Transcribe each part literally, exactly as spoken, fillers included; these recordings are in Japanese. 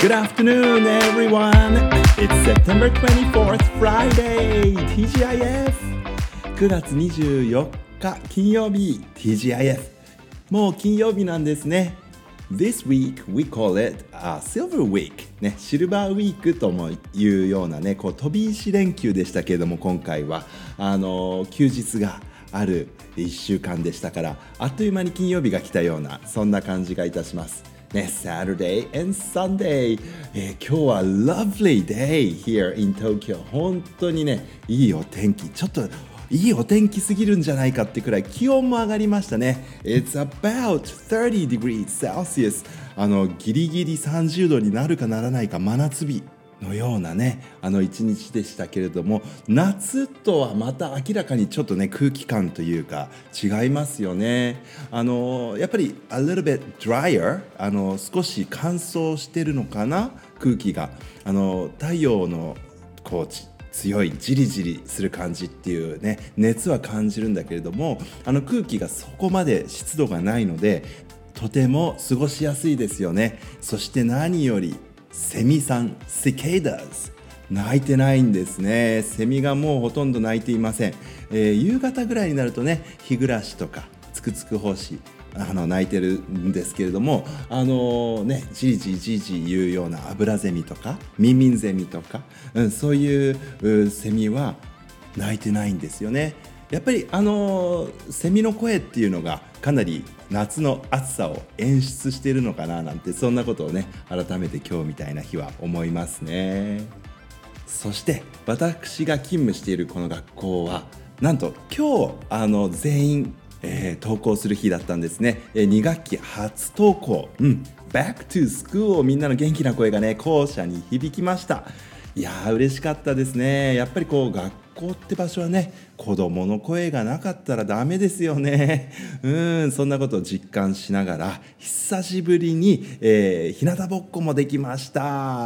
Good afternoon, everyone. It's September twenty-fourth, Friday. ティージーアイエフ。くがつにじゅうよっか金曜日。ティージーアイエフ。もう金曜日なんですね。This week we call it a Silver Week ね、シルバーウィークともいうようなね、こう飛び石連休でしたけれども、今回はあの休日があるいっしゅうかんでしたから、あっという間に金曜日が来たようなそんな感じがいたします。ね、Saturday and Sunday、えー、今日は lovely day here in Tokyo。 本当にね、いいお天気、ちょっといいお天気すぎるんじゃないかってくらい気温も上がりましたね。 It's about thirty degrees Celsius。 あのギリギリさんじゅうどになるかならないか真夏日のようなね、あの一日でしたけれども、夏とはまた明らかにちょっとね、空気感というか違いますよね。あのやっぱり a little bit drier、 あの少し乾燥してるのかな、空気が。あの太陽のこう強いジリジリする感じっていうね、熱は感じるんだけれども、あの空気がそこまで湿度がないので、とても過ごしやすいですよね。そして何よりセミさん、cicadas、鳴いてないんですね。セミがもうほとんど鳴いていません。えー、夕方ぐらいになるとね、日暮らしとかつくつく星、あの鳴いてるんですけれども、あのー、ね、じりじりじりじり言うようなアブラゼミとかミンミンゼミとか、うん、そういうセミは鳴いてないんですよね。やっぱりあのー、セミの声っていうのがかなり夏の暑さを演出しているのかななんて、そんなことをね、改めて今日みたいな日は思いますね。そして私が勤務しているこの学校は、なんと今日あの全員えー、登校する日だったんですね。えー、に学期初登校、うん、Back to School、 みんなの元気な声がね、校舎に響きました。いやー、嬉しかったですね。やっぱりこう学校って場所はね、子供の声がなかったらダメですよね。うん、そんなことを実感しながら、久しぶりに、えー、日向ぼっこもできました。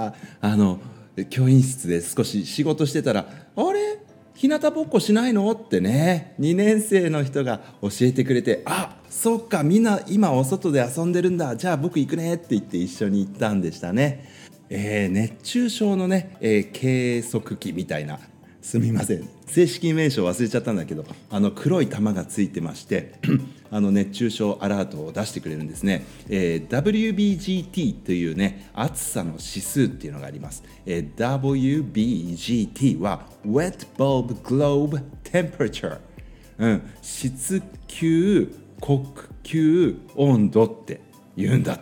あの教員室で少し仕事してたら、あれ日向ぼっこしないのってね、にねん生の人が教えてくれて、あ、そっか、みんな今お外で遊んでるんだ、じゃあ僕行くねって言って一緒に行ったんでしたね。えー、熱中症のね、えー、計測器みたいな、すみません、正式名称忘れちゃったんだけど、あの黒い玉がついてましてあの熱中症アラートを出してくれるんですね。えー、ダブリュービージーティー というね、暑さの指数っていうのがあります。えー、ダブリュービージーティー は Wet Bulb Globe Temperature、うん、湿球黒球温度って言うんだって。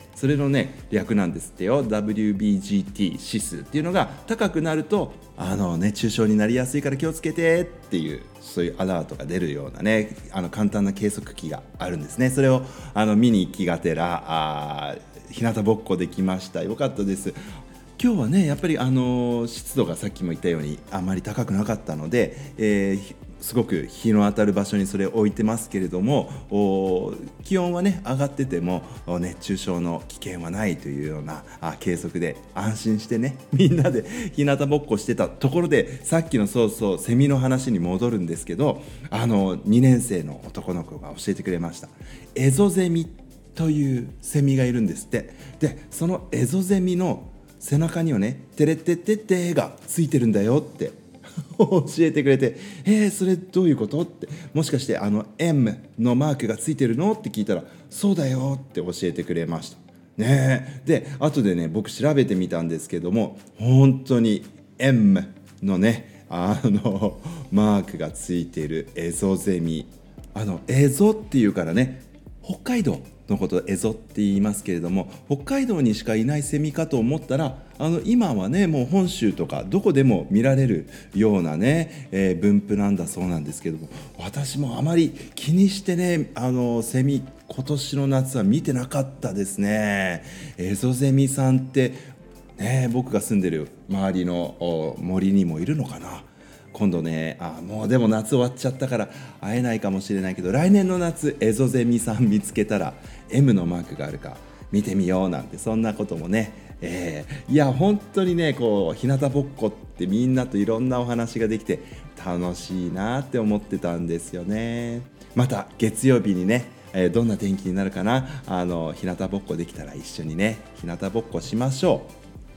それのね、略なんですってよ。 ダブリュービージーティー 指数っていうのが高くなると、あの熱中症になりやすいから気をつけてっていう、そういうアラートが出るようなね、あの簡単な計測器があるんですね。それをあの見に行きがてら、あ日向ぼっこできました。よかったです。今日はね、やっぱりあの湿度がさっきも言ったようにあまり高くなかったので、えー、すごく日の当たる場所にそれを置いてますけれども、気温はね上がってても熱中症の危険はないというような計測で安心してね、みんなで日向ぼっこしてたところで、さっきのそうそうセミの話に戻るんですけど、あのにねん生の男の子が教えてくれました。エゾゼミというセミがいるんですって。でそのエゾゼミの背中にはね、テレテテテがついてるんだよって教えてくれて、えー、それどういうことって、もしかしてあの エム のマークがついてるのって聞いたら、そうだよって教えてくれましたね。で後でね、僕調べてみたんですけども、本当に エム のね、あのマークがついているエゾゼミ、あのエゾっていうからね、北海道のことをエゾって言いますけれども、北海道にしかいないセミかと思ったら、あの今はね、もう本州とかどこでも見られるようなね、えー、分布なんだそうなんですけども、私もあまり気にしてね、あのセミ今年の夏は見てなかったですね。エゾゼミさんってね、僕が住んでる周りの森にもいるのかな。今度ね、あもうでも夏終わっちゃったから会えないかもしれないけど、来年の夏エゾゼミさん見つけたら エム のマークがあるか見てみようなんて、そんなこともね、えー、いや本当にね、こう日向ぼっこってみんなといろんなお話ができて楽しいなって思ってたんですよね。また月曜日にね、えー、どんな天気になるかな、あの日向ぼっこできたら一緒にね、日向ぼっこしましょう。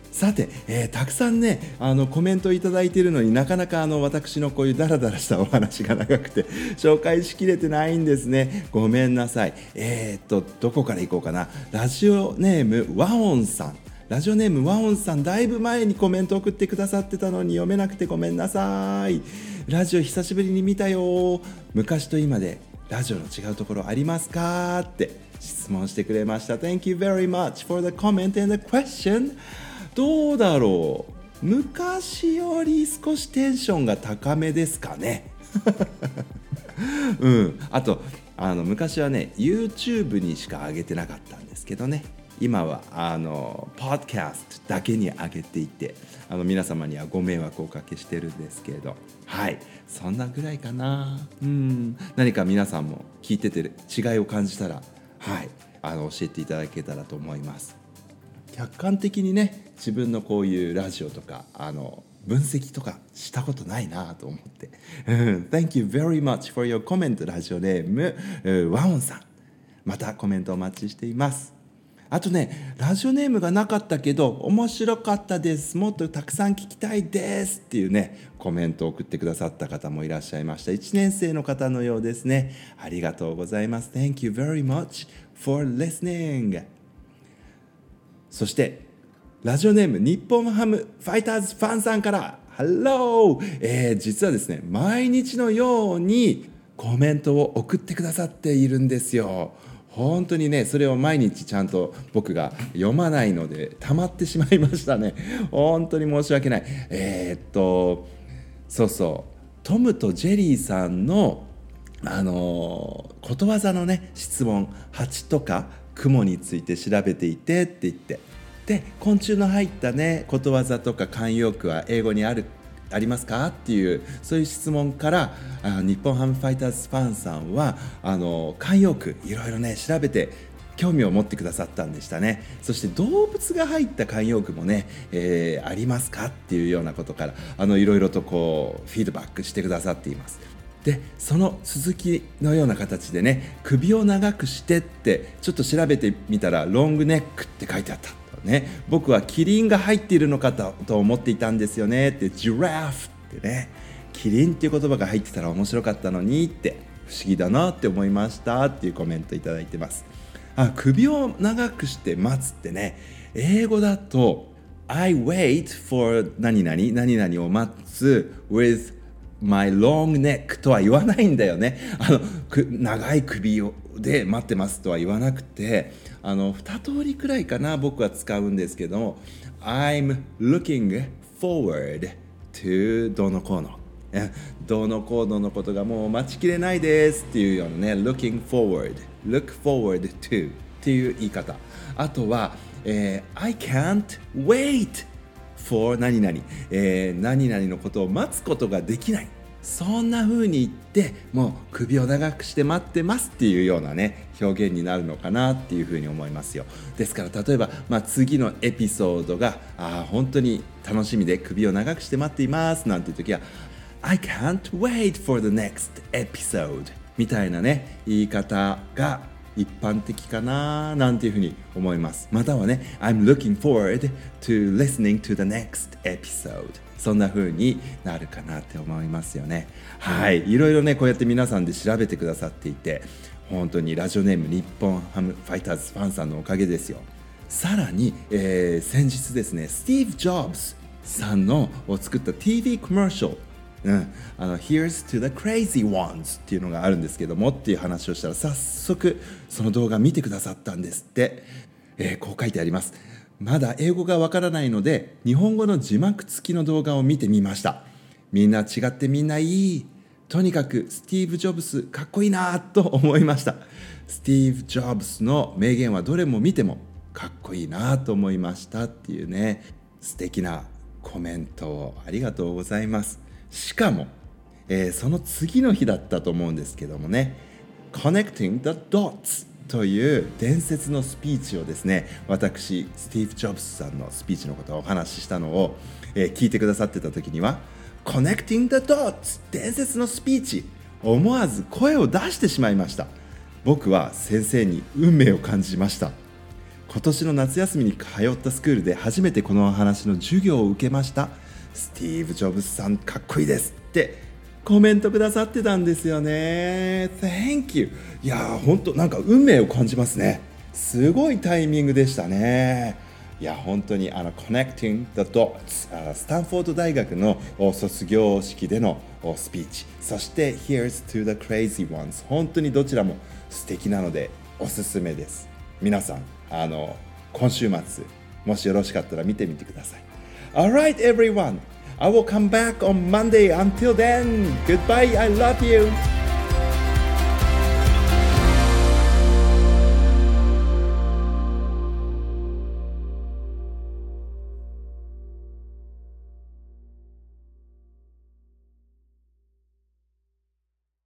さて、えー、たくさんねあのコメントいただいているのになかなかあの私のこういうダラダラしたお話が長くて紹介しきれてないんですね。ごめんなさい。えー、っとどこからいこうかな。ラジオネームワオンさんラジオネームワオンさんだいぶ前にコメント送ってくださってたのに読めなくてごめんなさい。ラジオ久しぶりに見たよ。昔と今でラジオの違うところありますかって質問してくれました。 Thank you very much for the comment and the question。どうだろう、昔より少しテンションが高めですかねうん、あとあの昔はね YouTube にしか上げてなかったんですけどね、今はあのポッドキャストだけに上げていて、あの皆様にはご迷惑をおかけしてるんですけれど、はいそんなぐらいかな。うん、何か皆さんも聞いてて違いを感じたら、はいあの教えていただけたらと思います。客観的にね自分のこういうラジオとかあの分析とかしたことないなと思って、うん、Thank you very much for your comment。 ラジオネームワオンさん、またコメントお待ちしています。あとねラジオネームがなかったけど面白かったです、もっとたくさん聞きたいですっていうねコメントを送ってくださった方もいらっしゃいました。いちねん生の方のようですね。ありがとうございます。 Thank you very much for listening。そしてラジオネーム日本ハムファイターズファンさんから Hello、えー、実はですね毎日のようにコメントを送ってくださっているんですよ。本当にねそれを毎日ちゃんと僕が読まないので溜まってしまいましたね。本当に申し訳ない。えー、っとそうそうトムとジェリーさんのあのー、ことわざのね質問、蜂とか雲について調べていてって言って、で昆虫の入ったねことわざとか慣用句は英語にあるありますかっていうそういう質問からあ日本ハムファイターズファンさんはあの慣用句いろいろね調べて興味を持ってくださったんでしたね。そして動物が入った慣用句もね、えー、ありますかっていうようなことからあのいろいろとこうフィードバックしてくださっています。でその続きのような形でね首を長くしてってちょっと調べてみたらロングネックって書いてあったね、僕はキリンが入っているのかと思っていたんですよねって、ジラフってねキリンっていう言葉が入ってたら面白かったのにって不思議だなって思いましたっていうコメントいただいてます。あ、首を長くして待つってね英語だと I wait for 何々何々を待つ with my long neck とは言わないんだよね。あの長い首をで待ってますとは言わなくて、あのに通りくらいかな僕は使うんですけども I'm looking forward to どうのこうのどうのこうののことがもう待ちきれないですっていうようなね looking forward look forward to っていう言い方。あとは、えー、I can't wait for 何々、えー、何々のことを待つことができない、そんな風に言ってもう首を長くして待ってますっていうようなね表現になるのかなっていう風に思いますよ。ですから例えば、まあ、次のエピソードがあ本当に楽しみで首を長くして待っていますなんていう時は I can't wait for the next episode みたいなね言い方が一般的かななんていうふうに思います。またはね I'm looking forward to listening to the next episode、 そんな風になるかなって思いますよね。はい、いろいろねこうやって皆さんで調べてくださっていて本当にラジオネーム日本ハムファイターズファンさんのおかげですよ。さらに、えー、先日ですねスティーブ・ジョブズさんのを作った ティーブイ コマーシャル、うん、あの Here's to the crazy ones っていうのがあるんですけどもっていう話をしたら早速その動画見てくださったんですって、えー、こう書いてあります。まだ英語がわからないので日本語の字幕付きの動画を見てみました。みんな違ってみんないい、とにかくスティーブ・ジョブズかっこいいなと思いました。スティーブ・ジョブズの名言はどれも見てもかっこいいなと思いましたっていうね素敵なコメントをありがとうございます。しかも、えー、その次の日だったと思うんですけどもね Connecting the Dots という伝説のスピーチをですね私スティーブ・ジョブズさんのスピーチのことをお話ししたのを、えー、聞いてくださってた時には Connecting the Dots 伝説のスピーチ思わず声を出してしまいました。僕は先生に運命を感じました。 今年の夏休みに通ったスクールで初めてこの話の授業を受けました。スティーブ・ジョブズさんかっこいいですってコメントくださってたんですよね。 Thank you。 いやー本当なんか運命を感じますね。すごいタイミングでしたね。いや本当にあの Connecting the Dots、 あスタンフォード大学の卒業式でのスピーチ、そして Here's to the Crazy Ones、 本当にどちらも素敵なのでおすすめです。皆さんあの今週末もしよろしかったら見てみてください。 Alright everyone, I will come back on Monday. Until then, goodbye, I love you.